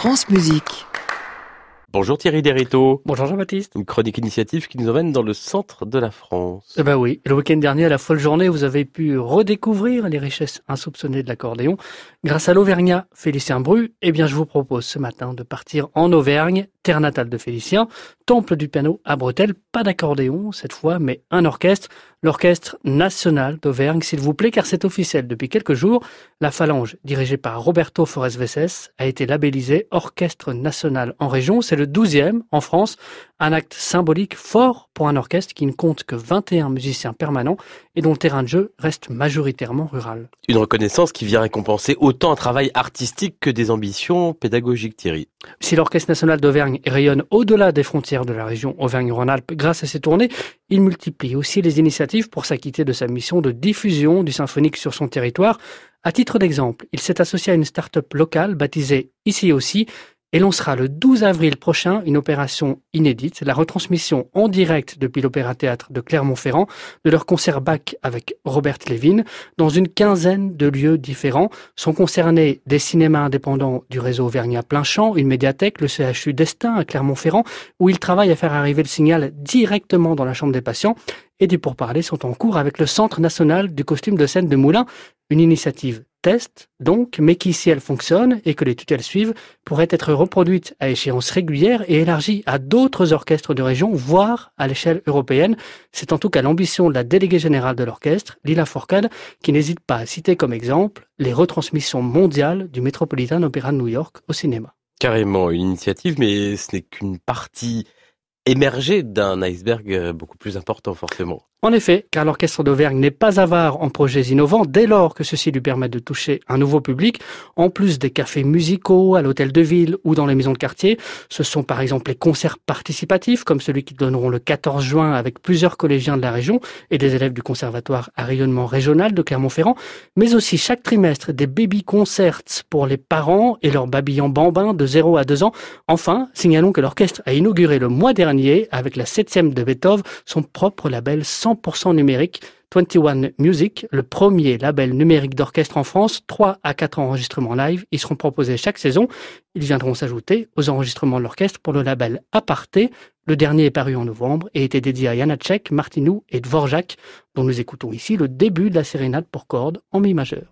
France Musique. Bonjour Thierry Derrito. Bonjour Jean-Baptiste. Une chronique initiative qui nous emmène dans le centre de la France. Eh ben oui, le week-end dernier, à la folle journée, vous avez pu redécouvrir les richesses insoupçonnées de l'accordéon. Grâce à l'Auvergnat Félicien Bru, eh bien je vous propose ce matin de partir en Auvergne, terre natale de Félicien, temple du piano à Bretelles, pas d'accordéon cette fois, mais un orchestre, l'Orchestre National d'Auvergne, s'il vous plaît, car c'est officiel depuis quelques jours. La Phalange, dirigée par Roberto Forest Vesses, a été labellisée Orchestre National en région. C'est le 12e en France, un acte symbolique fort pour un orchestre qui ne compte que 21 musiciens permanents et dont le terrain de jeu reste majoritairement rural. Une reconnaissance qui vient récompenser autant un travail artistique que des ambitions pédagogiques, Thierry. Si l'Orchestre National d'Auvergne rayonne au-delà des frontières de la région Auvergne-Rhône-Alpes grâce à ses tournées, il multiplie aussi les initiatives pour s'acquitter de sa mission de diffusion du symphonique sur son territoire. À titre d'exemple, il s'est associé à une start-up locale baptisée Ici aussi et lancera le 12 avril prochain une opération inédite, la retransmission en direct depuis l'Opéra-Théâtre de Clermont-Ferrand de leur concert Bach avec Robert Levin dans une quinzaine de lieux différents. Sont concernés des cinémas indépendants du réseau Auvergnat Plein Champ, une médiathèque, le CHU d'Estaing à Clermont-Ferrand, où ils travaillent à faire arriver le signal directement dans la chambre des patients, et des pourparlers sont en cours avec le Centre national du costume de scène de Moulins, une initiative test donc, mais qui, si elle fonctionne et que les tutelles suivent, pourrait être reproduite à échéance régulière et élargie à d'autres orchestres de région, voire à l'échelle européenne. C'est en tout cas l'ambition de la déléguée générale de l'orchestre, Lila Fourcade, qui n'hésite pas à citer comme exemple les retransmissions mondiales du Metropolitan Opera de New York au cinéma. Carrément une initiative, mais ce n'est qu'une partie émergée d'un iceberg beaucoup plus important forcément. En effet, car l'Orchestre d'Auvergne n'est pas avare en projets innovants dès lors que ceux-ci lui permettent de toucher un nouveau public. En plus des cafés musicaux, à l'hôtel de ville ou dans les maisons de quartier, ce sont par exemple les concerts participatifs comme celui qui donneront le 14 juin avec plusieurs collégiens de la région et des élèves du conservatoire à rayonnement régional de Clermont-Ferrand, mais aussi chaque trimestre des baby concerts pour les parents et leurs babillons bambins de 0 à 2 ans. Enfin, signalons que l'orchestre a inauguré le mois dernier avec la 7e de Beethoven son propre label 100% numérique, 21 Music, le premier label numérique d'orchestre en France. 3 à 4 enregistrements live y seront proposés chaque saison. Ils viendront s'ajouter aux enregistrements de l'orchestre pour le label Aparté. Le dernier est paru en novembre et était dédié à Janacek, Martinou et Dvorak, dont nous écoutons ici le début de la sérénade pour cordes en mi majeur.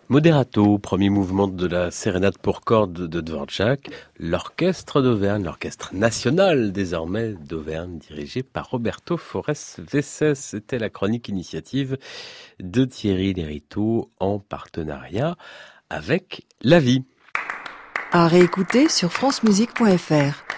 Moderato, premier mouvement de la sérénade pour cordes de Dvorak, l'orchestre d'Auvergne, l'orchestre national désormais d'Auvergne, dirigé par Roberto Forest Vessès. C'était la chronique initiative de Thierry Lériteau en partenariat avec La Vie. À réécouter sur francemusique.fr.